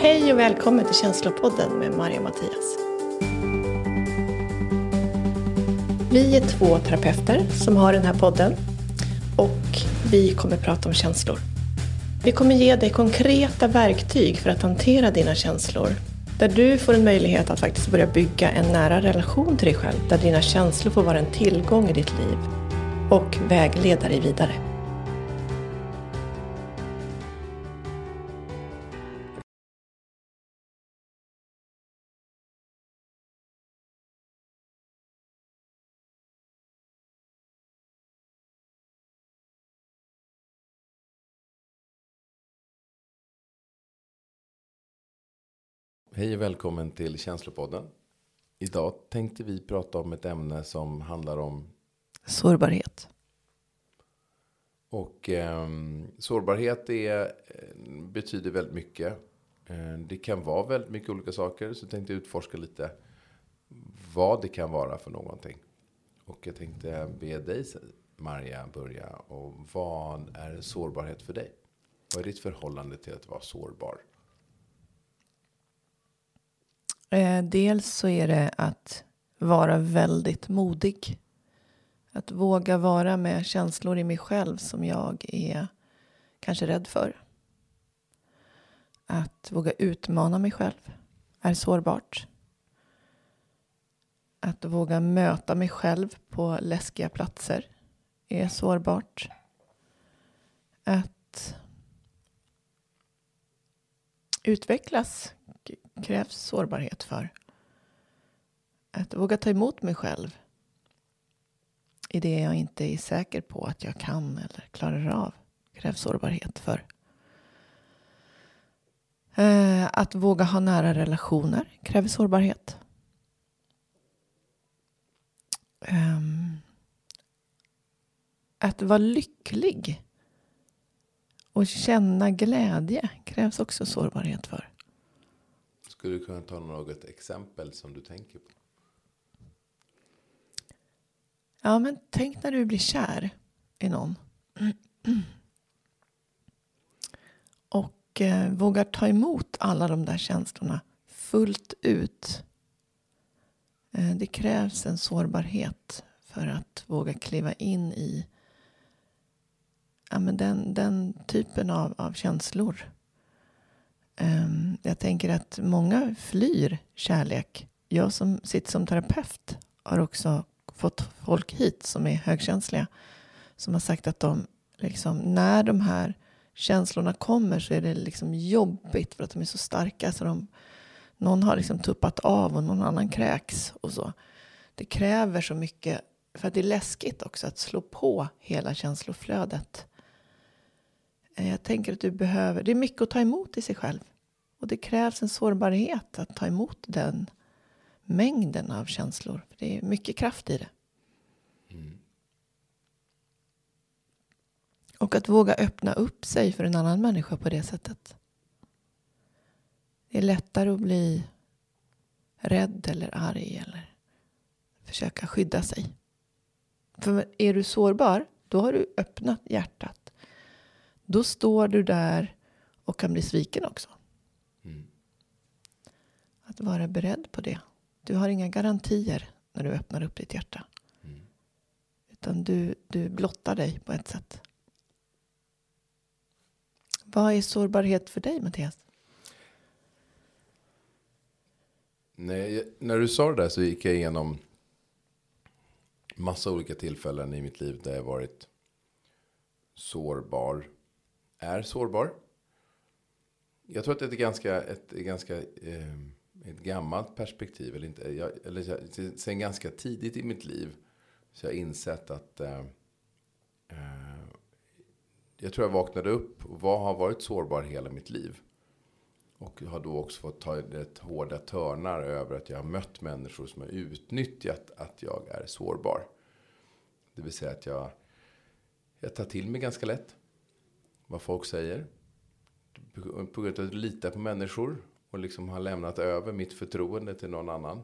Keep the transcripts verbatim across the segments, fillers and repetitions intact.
Hej och välkommen till Känslopodden med Maria och Mattias. Vi är två terapeuter som har den här podden och vi kommer prata om känslor. Vi kommer ge dig konkreta verktyg för att hantera dina känslor. Där du får en möjlighet att faktiskt börja bygga en nära relation till dig själv. Där dina känslor får vara en tillgång i ditt liv och vägleda dig vidare. Hej och välkommen till Känslopodden. Idag tänkte vi prata om ett ämne som handlar om sårbarhet. Och eh, sårbarhet är, betyder väldigt mycket. Eh, det kan vara väldigt mycket olika saker. Så jag tänkte utforska lite vad det kan vara för någonting. Och jag tänkte be dig, Maria, börja. Och vad är sårbarhet för dig? Vad är ditt förhållande till att vara sårbar? Eh, dels så är det att vara väldigt modig. Att våga vara med känslor i mig själv som jag är kanske rädd för. Att våga utmana mig själv är sårbart. Att våga möta mig själv på läskiga platser är sårbart. Att utvecklas krävs sårbarhet för. Att våga ta emot mig själv i det jag inte är säker på att jag kan eller klarar av krävs sårbarhet för. Att våga ha nära relationer kräver sårbarhet. Att vara lycklig och känna glädje krävs också sårbarhet för. Skulle du kunna ta något exempel som du tänker på? Ja, men tänk när du blir kär i någon. Och eh, vågar ta emot alla de där känslorna fullt ut. Eh, det krävs en sårbarhet för att våga kliva in i ja, men den, den typen av, av känslor. Um, jag tänker att många flyr kärlek. Jag som sitter som terapeut har också fått folk hit som är högkänsliga. Som har sagt att de liksom, när de här känslorna kommer så är det liksom jobbigt för att de är så starka. Så de, någon har liksom tuppat av och någon annan kräks och så. Det kräver så mycket, för att det är läskigt också att slå på hela känsloflödet. Jag tänker att du behöver, det är mycket att ta emot i sig själv. Och det krävs en sårbarhet att ta emot den mängden av känslor. För det är mycket kraft i det. Mm. Och att våga öppna upp sig för en annan människa på det sättet. Det är lättare att bli rädd eller arg eller försöka skydda sig. För är du sårbar, då har du öppnat hjärtat. Då står du där och kan bli sviken också. Mm. Att vara beredd på det. Du har inga garantier när du öppnar upp ditt hjärta. Mm. Utan du, du blottar dig på ett sätt. Vad är sårbarhet för dig, Mattias? Nej, när du sa det där så gick jag igenom massa olika tillfällen i mitt liv där jag varit sårbar. Är sårbar. Jag tror att det är ett ganska, ett, ganska eh, ett gammalt perspektiv. Eller, inte, jag, eller sen ganska tidigt i mitt liv så jag har insett att eh, eh, jag tror jag vaknade upp och var, har varit sårbar hela mitt liv. Och har då också fått ta ett hårda törnar över att jag har mött människor som har utnyttjat att jag är sårbar. Det vill säga att jag, jag tar till mig ganska lätt vad folk säger. På grund av att lita på människor och liksom har lämnat över mitt förtroende till någon annan.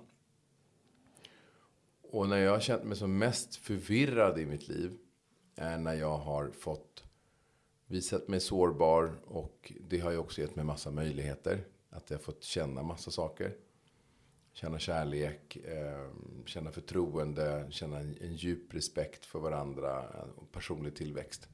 Och när jag har känt mig som mest förvirrad i mitt liv är när jag har fått visat mig sårbar, och det har ju också gett mig massa möjligheter. Att jag fått känna massa saker. Känna kärlek, eh, känna förtroende, känna en, en djup respekt för varandra och personlig tillväxt.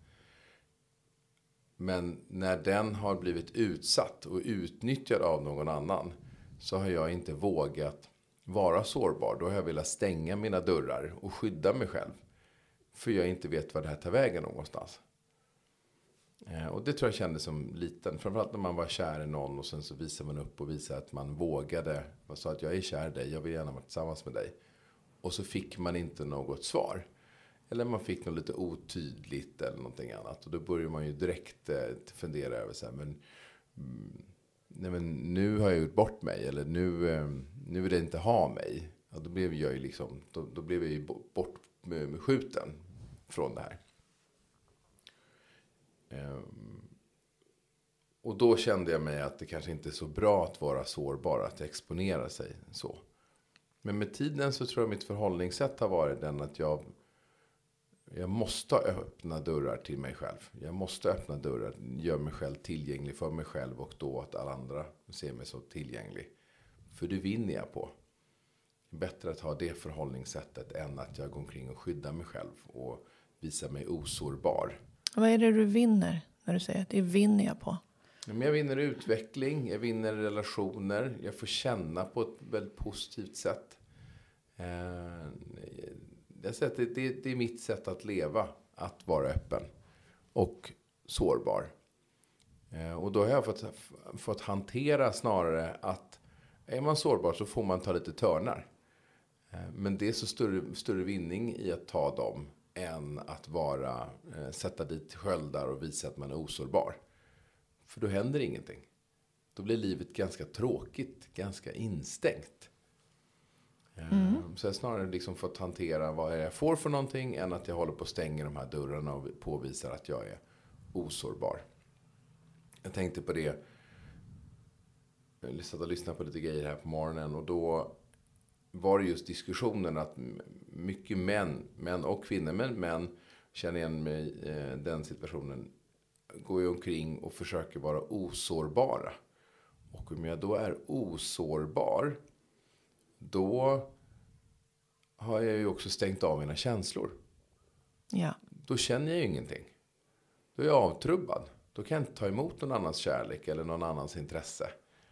Men när den har blivit utsatt och utnyttjad av någon annan så har jag inte vågat vara sårbar. Då har jag velat stänga mina dörrar och skydda mig själv. För jag inte vet vad det här tar vägen någonstans. Eh, och det tror jag kändes som liten. Framförallt när man var kär i någon och sen så visar man upp och visar att man vågade. Man sa att jag är kär i dig, jag vill gärna vara tillsammans med dig. Och så fick man inte något svar. Eller man fick något lite otydligt eller någonting annat. Och då börjar man ju direkt eh, fundera över så här, men, mm, nej, men nu har jag gjort bort mig. Eller nu, eh, nu vill jag inte ha mig. Ja, då blev jag ju liksom, då, då blev jag ju bortskjuten från det här. Um, och då kände jag mig att det kanske inte är så bra att vara sårbar, att exponera sig så. Men med tiden så tror jag mitt förhållningssätt har varit den att jag jag måste öppna dörrar till mig själv. Jag måste öppna dörrar, göra mig själv tillgänglig för mig själv och då att alla andra ser mig så tillgänglig. För det vinner jag på. Bättre att ha det förhållningssättet än att jag går omkring och skyddar mig själv och visar mig osårbar. Vad är det du vinner när du säger att det vinner jag på? Men jag vinner utveckling, jag vinner relationer, jag får känna på ett väldigt positivt sätt. Eh, jag säger att det, det, det är mitt sätt att leva, att vara öppen och sårbar. Eh, och då har jag fått, fått hantera snarare att är man sårbar så får man ta lite törnar. Eh, men det är så större, större vinning i att ta dem än att vara, eh, sätta dit sköldar och visa att man är osårbar. För då händer ingenting. Då blir livet ganska tråkigt, ganska instängt. Mm. Så jag snarare liksom fått hantera vad jag får för någonting än att jag håller på att stänga de här dörrarna och påvisar att jag är osårbar. Jag tänkte på det. Jag satt och lyssnade på lite grejer här på morgonen och då var det just diskussionen att mycket män, män och kvinnor, men män känner igen mig i den situationen, går ju omkring och försöker vara osårbara. Och om jag då är osårbar, då har jag ju också stängt av mina känslor. Ja. Då känner jag ju ingenting. Då är jag avtrubbad. Då kan jag inte ta emot någon annans kärlek eller någon annans intresse.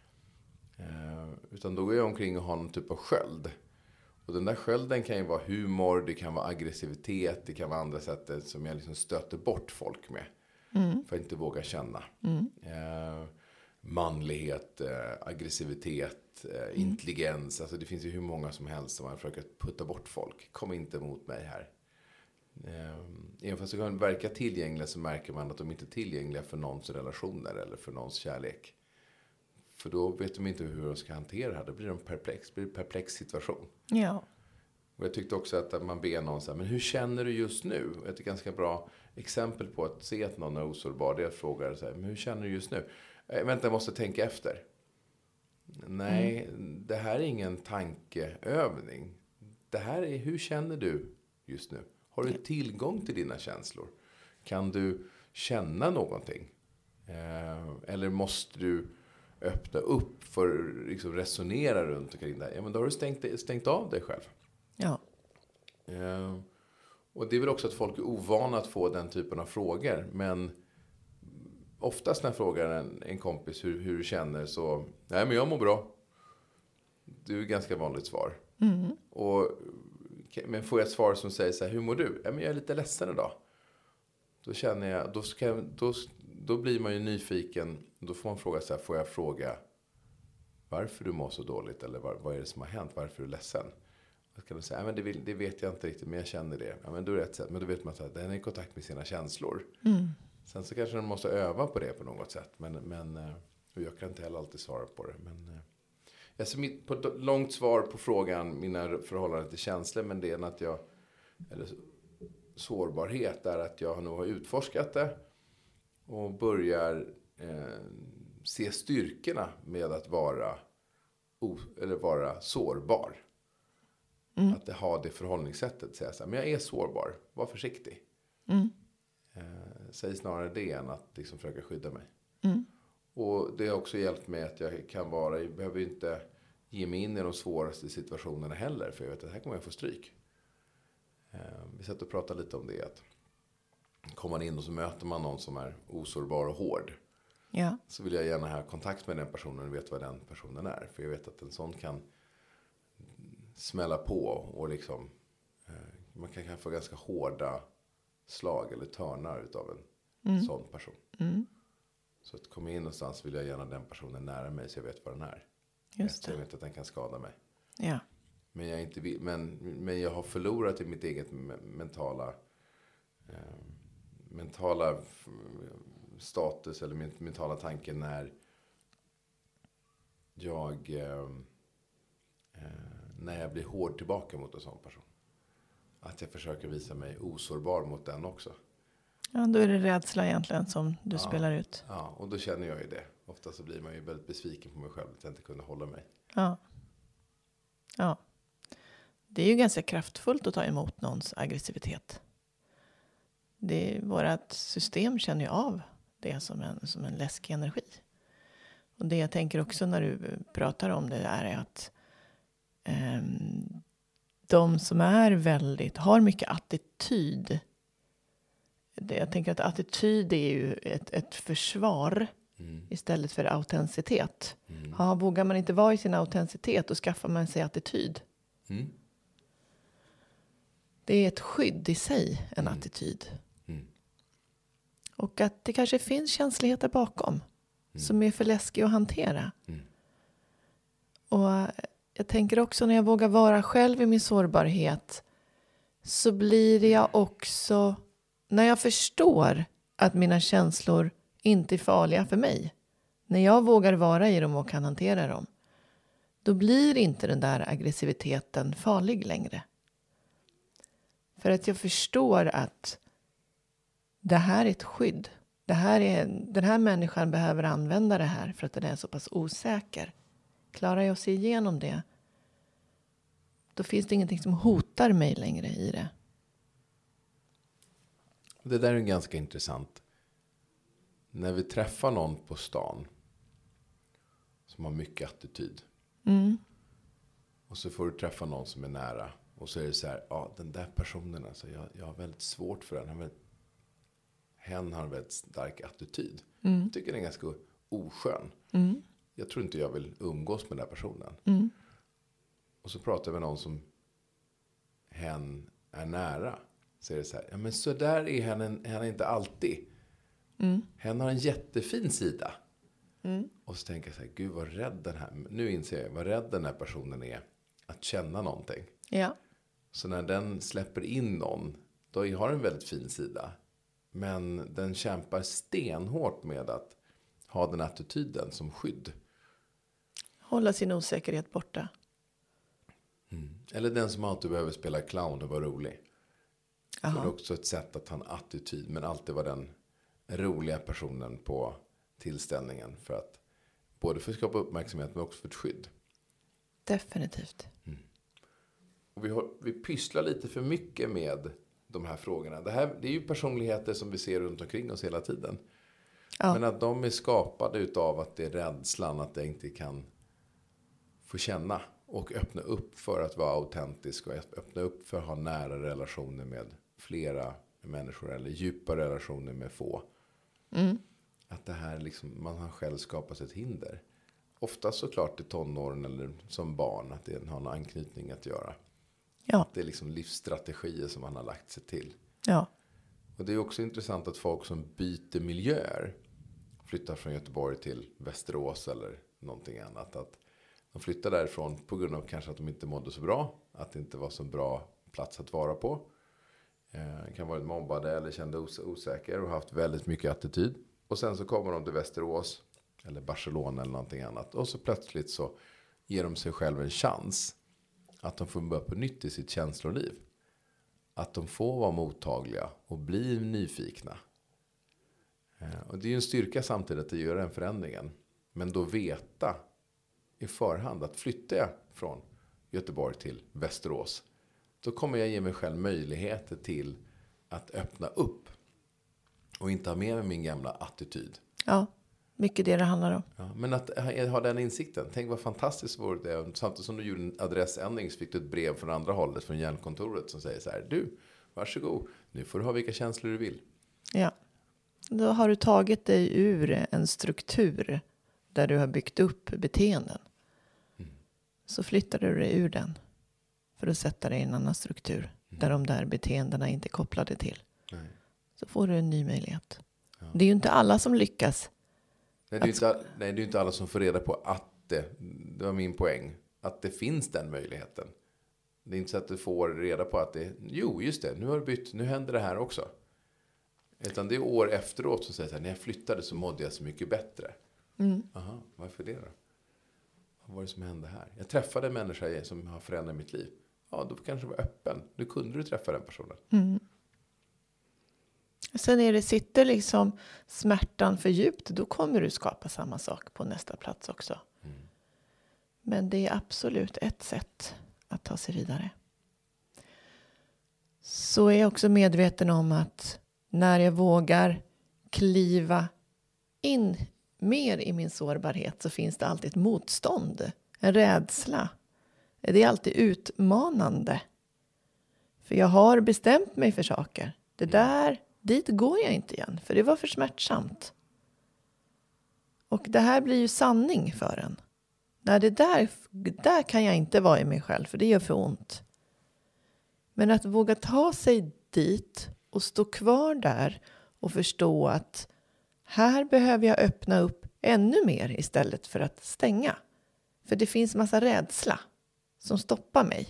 Eh, utan då går jag omkring och har någon typ av sköld. Och den där skölden kan ju vara humor, det kan vara aggressivitet, det kan vara andra sätt som jag liksom stöter bort folk med. Mm. För att inte våga känna. Mm. Eh, manlighet, eh, aggressivitet, eh, mm. intelligens. Alltså det finns ju hur många som helst som man försöker putta bort folk. Kom inte emot mig här. Eh, även fast det kan verka tillgängliga så märker man att de inte är tillgängliga för någons relationer eller för någons kärlek. För då vet de inte hur de ska hantera det här. Då blir de perplex. Det blir en perplex situation. Ja. Och jag tyckte också att man ber någon så här, men hur känner du just nu? Ett ganska bra exempel på att se att någon är osårbar, det är att fråga så här, men hur känner du just nu? Eh, vänta, jag måste tänka efter. Nej, mm. det här är ingen tankeövning. Det här är, hur känner du just nu? Har du tillgång till dina känslor? Kan du känna någonting? Eh, eller måste du öppna upp för liksom resonera runt omkring det här? Ja, men då har du stängt, stängt av dig själv. Ja. Eh, och det är väl också att folk är ovana att få den typen av frågor. Men oftast när jag frågar en, en kompis hur, hur du känner så, nej men jag mår bra. Det är ett ganska vanligt svar. Mm. Och, men får jag ett svar som säger så här, hur mår du? Ja, men jag är lite ledsen idag. Då känner jag, då, ska jag, då, då blir man ju nyfiken. Då får man fråga så här, får jag fråga varför du mår så dåligt? Eller vad, vad är det som har hänt? Varför är du ledsen? Då kan du säga, ja, men det, vill, det vet jag inte riktigt, men jag känner det. Ja, men då är det rätt sätt. Men då vet man att den är i kontakt med sina känslor. Mm. Sen så kanske man måste öva på det på något sätt. Men, men, och jag kan inte heller alltid svara på det. Men, alltså mitt, på ett långt svar på frågan, mina förhållanden till känslor, men det är att jag, eller sårbarhet är att jag nog har utforskat det. Och börjar eh, se styrkorna med att vara, o, eller vara sårbar. Mm. Att ha det förhållningssättet. Säga så här, men jag är sårbar. Var försiktig. Mm. Eh, säg snarare det än att liksom försöka skydda mig. Mm. Och det har också hjälpt mig att jag kan vara, jag behöver inte ge mig in i de svåraste situationerna heller. För jag vet att här kommer jag få stryk. Vi satt och pratade lite om det. Att kommer man in och så möter man någon som är osårbar och hård. Ja. Så vill jag gärna ha kontakt med den personen och veta vad den personen är. För jag vet att en sån kan smälla på och liksom, man kan, kan få ganska hårda slag eller törnar utav en mm. sån person. Mm. Så att komma in någonstans vill jag gärna den personen nära mig så jag vet vad den är. Just det. Så jag vet att den kan skada mig. Ja. Men jag, inte vill, men, men jag har förlorat i mitt eget mentala eh, mentala status eller min mentala tanke när jag eh, när jag blir hård tillbaka mot en sån person. Att jag försöker visa mig osårbar mot den också. Ja, då är det rädsla egentligen som du ja, spelar ut. Ja, och då känner jag ju det. Ofta så blir man ju väldigt besviken på mig själv att jag inte kunde hålla mig. Ja. Ja. Det är ju ganska kraftfullt att ta emot någons aggressivitet. Det är, vårat system känner ju av det som en, som en läskig energi. Och det jag tänker också när du pratar om det är att um, de som är väldigt, har mycket attityd. Det, jag tänker att attityd är ju ett, ett försvar mm. istället för autenticitet. Mm. Ja, vågar man inte vara i sin autenticitet då skaffar man sig attityd. Mm. Det är ett skydd i sig, en mm. attityd. Mm. Och att det kanske finns känsligheter bakom. Mm. Som är för läskiga att hantera. Mm. Och jag tänker också när jag vågar vara själv i min sårbarhet. Så blir jag också, när jag förstår att mina känslor inte är farliga för mig. När jag vågar vara i dem och kan hantera dem. Då blir inte den där aggressiviteten farlig längre. För att jag förstår att det här är ett skydd. Det här är, den här människan behöver använda det här för att den är så pass osäker. Klarar jag att se igenom det, då finns det ingenting som hotar mig längre i det. Det där är ganska intressant. När vi träffar någon på stan som har mycket attityd. Mm. Och så får du träffa någon som är nära. Och så är det så här, ja den där personen alltså, jag, jag har väldigt svårt för den. Han, väldigt, hen har en väldigt stark attityd. Mm. Jag tycker den är ganska oskön. Mm. Jag tror inte jag vill umgås med den där personen. Mm. Och så pratar vi med någon som hen är nära. Så är det så här, ja men så där är hen, en, hen är inte alltid. Mm. Hen har en jättefin sida. Mm. Och så tänker jag så här, gud vad rädd den här, nu inser jag vad rädd den här personen är att känna någonting. Ja. Så när den släpper in någon, då har den en väldigt fin sida. Men den kämpar stenhårt med att ha den attityden som skydd. Hålla sin osäkerhet borta. Mm. Eller den som alltid behöver spela clown och vara rolig. Aha. Så det är också ett sätt att ha en attityd, men alltid vara den roliga personen på tillställningen. För att både för att skapa uppmärksamhet men också för ett skydd. Definitivt. Mm. Och vi, har, vi pysslar lite för mycket med de här frågorna. Det, här, det är ju personligheter som vi ser runt omkring oss hela tiden. Ja. Men att de är skapade utav att det är rädslan att det inte kan få känna. Och öppna upp för att vara autentisk. Och öppna upp för att ha nära relationer med flera människor. Eller djupa relationer med få. Mm. Att det här liksom, man har själv skapat ett hinder. Ofta såklart i tonåren eller som barn. Att det har en anknytning att göra. Ja. Att det är liksom livsstrategier som man har lagt sig till. Ja. Och det är också intressant att folk som byter miljöer. Flyttar från Göteborg till Västerås eller någonting annat. Att de flyttar därifrån på grund av kanske att de inte mådde så bra. Att det inte var så bra plats att vara på. Eh, kan vara mobbade eller kände os- osäker och haft väldigt mycket attityd. Och sen så kommer de till Västerås eller Barcelona eller någonting annat. Och så plötsligt så ger de sig själv en chans att de får börja på nytt i sitt känsloliv. Att de får vara mottagliga och bli nyfikna. Eh, och det är ju en styrka samtidigt att göra den förändringen. Men då veta i förhand att flyttar jag från Göteborg till Västerås, då kommer jag ge mig själv möjligheter till att öppna upp och inte ha med mig min gamla attityd. Ja, mycket det det handlar om. Ja, men att ha den insikten. Tänk vad fantastiskt vore det. Samtidigt som du gjorde en adressändring så fick du ett brev från andra hållet, från hjärnkontoret, som säger så här: du, varsågod, nu får du ha vilka känslor du vill. Ja, då har du tagit dig ur en struktur där du har byggt upp beteenden. Mm. Så flyttar du dig ur den för att sätta dig i en annan struktur mm. där de där beteendena inte är kopplade till. Nej. Så får du en ny möjlighet. Ja. Det är ju inte alla som lyckas. Nej, det är ju inte, nej, det är inte alla som får reda på att det, det var min poäng, att det finns den möjligheten. Det är inte så att du får reda på att det, jo just det, nu har du bytt, nu händer det här också. Utan det är år efteråt som säger så här: när jag flyttade så mådde jag så mycket bättre. Mm. Aha, varför det då? Vad var det som hände här? Jag träffade en människa som har förändrat mitt liv. Ja, då kanske du var öppen. Nu kunde du träffa den personen. Mm. Sen är det, sitter liksom smärtan för djupt, då kommer du skapa samma sak på nästa plats också. Mm. Men det är absolut ett sätt att ta sig vidare. Så är jag också medveten om att när jag vågar kliva in mer i min sårbarhet så finns det alltid ett motstånd, en rädsla. Det är alltid utmanande. För jag har bestämt mig för saker. Det där, dit går jag inte igen, för det var för smärtsamt. Och det här blir ju sanning för en. Nej, det där, där kan jag inte vara i mig själv, för det gör för ont. Men att våga ta sig dit och stå kvar där och förstå att här behöver jag öppna upp ännu mer istället för att stänga. För det finns massa rädsla som stoppar mig.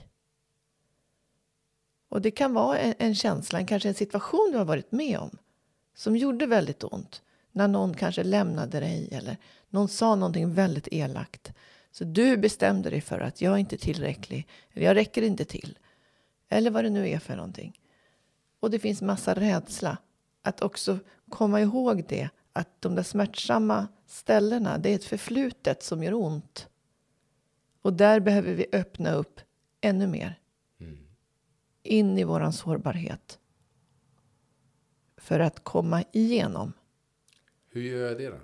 Och det kan vara en, en känsla, en, kanske en situation du har varit med om som gjorde väldigt ont. När någon kanske lämnade dig eller någon sa någonting väldigt elakt. Så du bestämde dig för att jag är inte tillräcklig, eller jag räcker inte till. Eller vad det nu är för någonting. Och det finns massa rädsla. Att också komma ihåg det. Att de där smärtsamma ställena, det är ett förflutet som gör ont. Och där behöver vi öppna upp ännu mer. Mm. In i våran sårbarhet. För att komma igenom. Hur gör jag det då?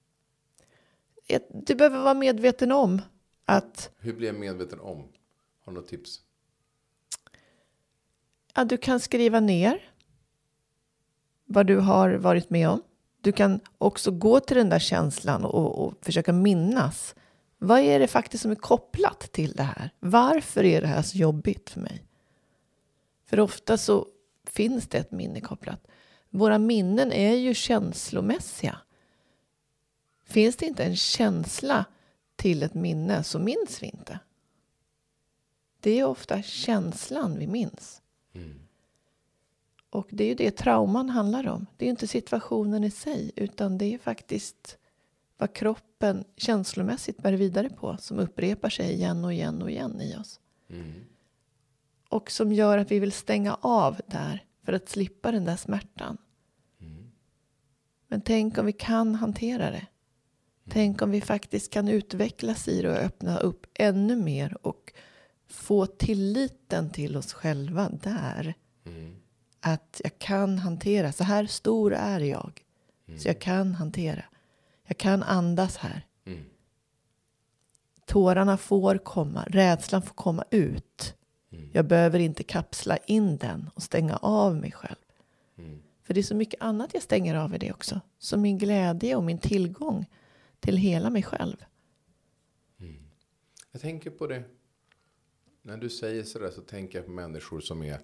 Du behöver vara medveten om att... Hur blir jag medveten om? Har du något tips? Ja, du kan skriva ner vad du har varit med om. Du kan också gå till den där känslan och, och försöka minnas. Vad är det faktiskt som är kopplat till det här? Varför är det här så jobbigt för mig? För ofta så finns det ett minne kopplat. Våra minnen är ju känslomässiga. Finns det inte en känsla till ett minne så minns vi inte. Det är ofta känslan vi minns. Mm. Och det är ju det trauman handlar om. Det är inte situationen i sig, utan det är faktiskt vad kroppen känslomässigt bär vidare på, som upprepar sig igen och igen och igen i oss. Mm. Och som gör att vi vill stänga av där för att slippa den där smärtan. Mm. Men tänk om vi kan hantera det. Mm. Tänk om vi faktiskt kan utvecklas i det och öppna upp ännu mer och få tilliten till oss själva där. Mm. Att jag kan hantera. Så här stor är jag. Mm. Så jag kan hantera. Jag kan andas här. Mm. Tårarna får komma. Rädslan får komma ut. Mm. Jag behöver inte kapsla in den och stänga av mig själv. Mm. För det är så mycket annat jag stänger av i det också. Som min glädje och min tillgång till hela mig själv. Mm. Jag tänker på det. När du säger sådär så tänker jag på människor som är...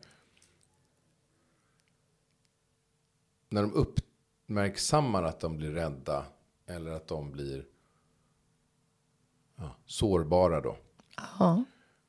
När de uppmärksammar att de blir rädda. Eller att de blir ja, sårbara då. Ja.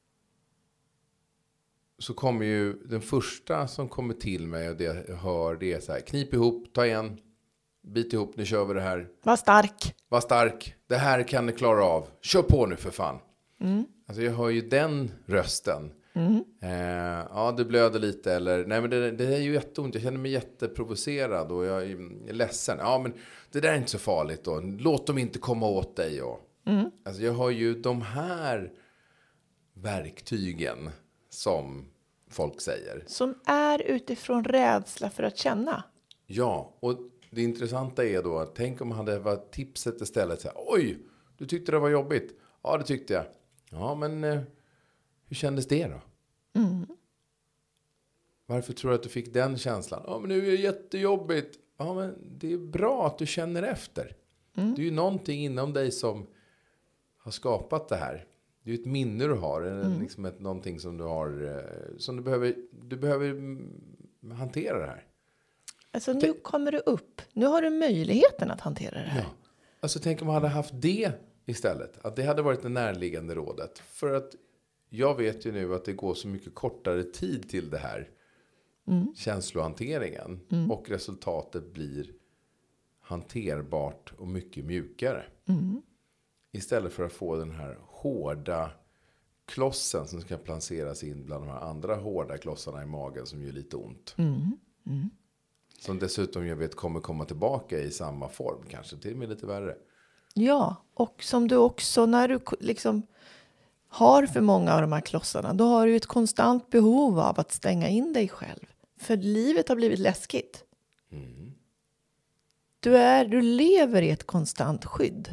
Så kommer ju den första som kommer till mig och det jag hör det är så här: knip ihop, ta igen, bit ihop, nu kör vi det här. Var stark. Var stark, det här kan ni klara av. Kör på nu för fan. Mm. Alltså jag hör ju den rösten. Mm. Eh, ja, du blöder lite eller nej men det, det är ju jätteont. Jag känner mig jätteprovocerad och jag är ledsen. Ja men det där är inte så farligt då. Låt dem inte komma åt dig. Och. Mm. Alltså jag har ju de här verktygen som folk säger. Som är utifrån rädsla för att känna. Ja, och det intressanta är då att tänk om man hade varit tipset istället. Så här, oj, du tyckte det var jobbigt. Ja, det tyckte jag. Ja, men eh, hur kändes det då? Mm. Varför tror du att du fick den känslan? Ja, men nu är det jättejobbigt. Ja, men det är bra att du känner efter. Mm. Det är ju någonting inom dig som har skapat det här. Det är ju ett minne du har. Mm. Liksom ett, någonting som du har. Som du behöver, du behöver hantera det här. Alltså nu kommer du upp. Nu har du möjligheten att hantera det här. Ja. Alltså tänk om man hade haft det istället. Att det hade varit det närliggande rådet. För att jag vet ju nu att det går så mycket kortare tid till det här. Mm. Känslohanteringen. Mm. Och resultatet blir hanterbart och mycket mjukare. Mm. Istället för att få den här hårda klossen som ska placeras in bland de här andra hårda klossarna i magen som gör lite ont. Mm. Mm. Som dessutom jag vet kommer komma tillbaka i samma form. Kanske till och med lite värre. Ja, och som du också när du liksom har för många av de här klossarna. Då har du ett konstant behov av att stänga in dig själv. För livet har blivit läskigt. Mm. Du, är, du lever i ett konstant skydd.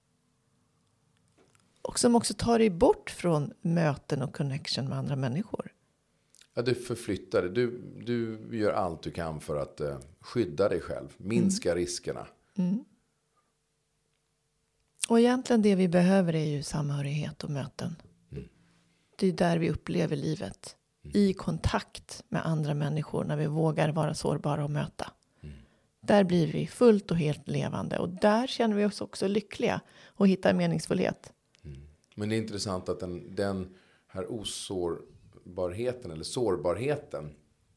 Och som också tar dig bort från möten och connection med andra människor. Ja, du förflyttar dig. Du, du gör allt du kan för att uh, skydda dig själv. Minska mm. riskerna. Mm. Och egentligen det vi behöver är ju samhörighet och möten. Mm. Det är där vi upplever livet. Mm. I kontakt med andra människor när vi vågar vara sårbara och möta. Mm. Där blir vi fullt och helt levande. Och där känner vi oss också lyckliga och hittar meningsfullhet. Mm. Men det är intressant att den, den här osårbarheten eller sårbarheten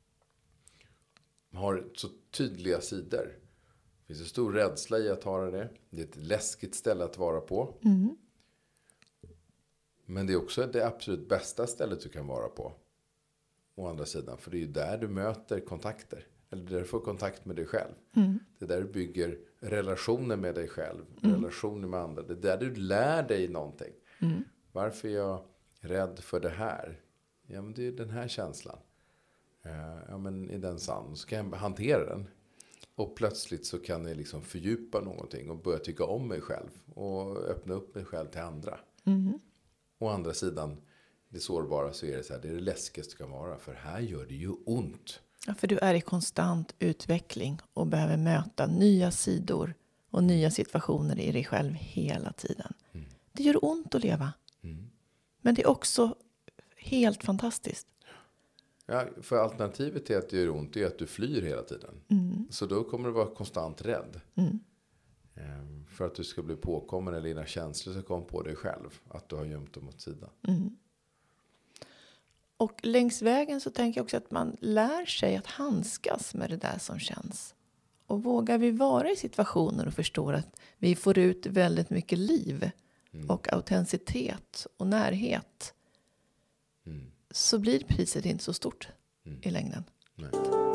har så tydliga sidor. Det finns en stor rädsla i att ha det. Det är ett läskigt ställe att vara på. Mm. Men det är också det absolut bästa stället du kan vara på. Å andra sidan. För det är ju där du möter kontakter. Eller där du får kontakt med dig själv. Mm. Det är där du bygger relationer med dig själv. Mm. Relationer med andra. Det är där du lär dig någonting. Mm. Varför är jag rädd för det här? Ja, men det är den här känslan. Ja, men är den sann? Så kan jag hantera den. Och plötsligt så kan jag liksom fördjupa någonting. Och börja tycka om mig själv. Och öppna upp mig själv till andra. Mm. Å andra sidan. Det sårbara så är det så här. Det är det läskigaste kan vara. För här gör det ju ont. Ja, för du är i konstant utveckling. Och behöver möta nya sidor. Och nya situationer i dig själv hela tiden. Mm. Det gör ont att leva. Mm. Men det är också helt fantastiskt. Ja, för alternativet till att det gör ont är att du flyr hela tiden. Mm. Så då kommer du vara konstant rädd. Mm. Ehm, för att du ska bli påkommen eller dina känslor ska komma på dig själv. Att du har gömt dem åt sidan. Mm. Och längs vägen så tänker jag också att man lär sig att handskas med det där som känns. Och vågar vi vara i situationer och förstår att vi får ut väldigt mycket liv. Mm. Och autenticitet och närhet. Mm. Så blir priset inte så stort mm. i längden. Nej.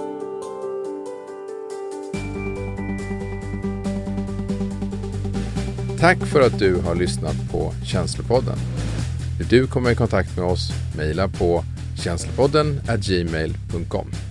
Tack för att du har lyssnat på Känslopodden. Vill du komma i kontakt med oss, mejla på känslopodden at gmail punkt com.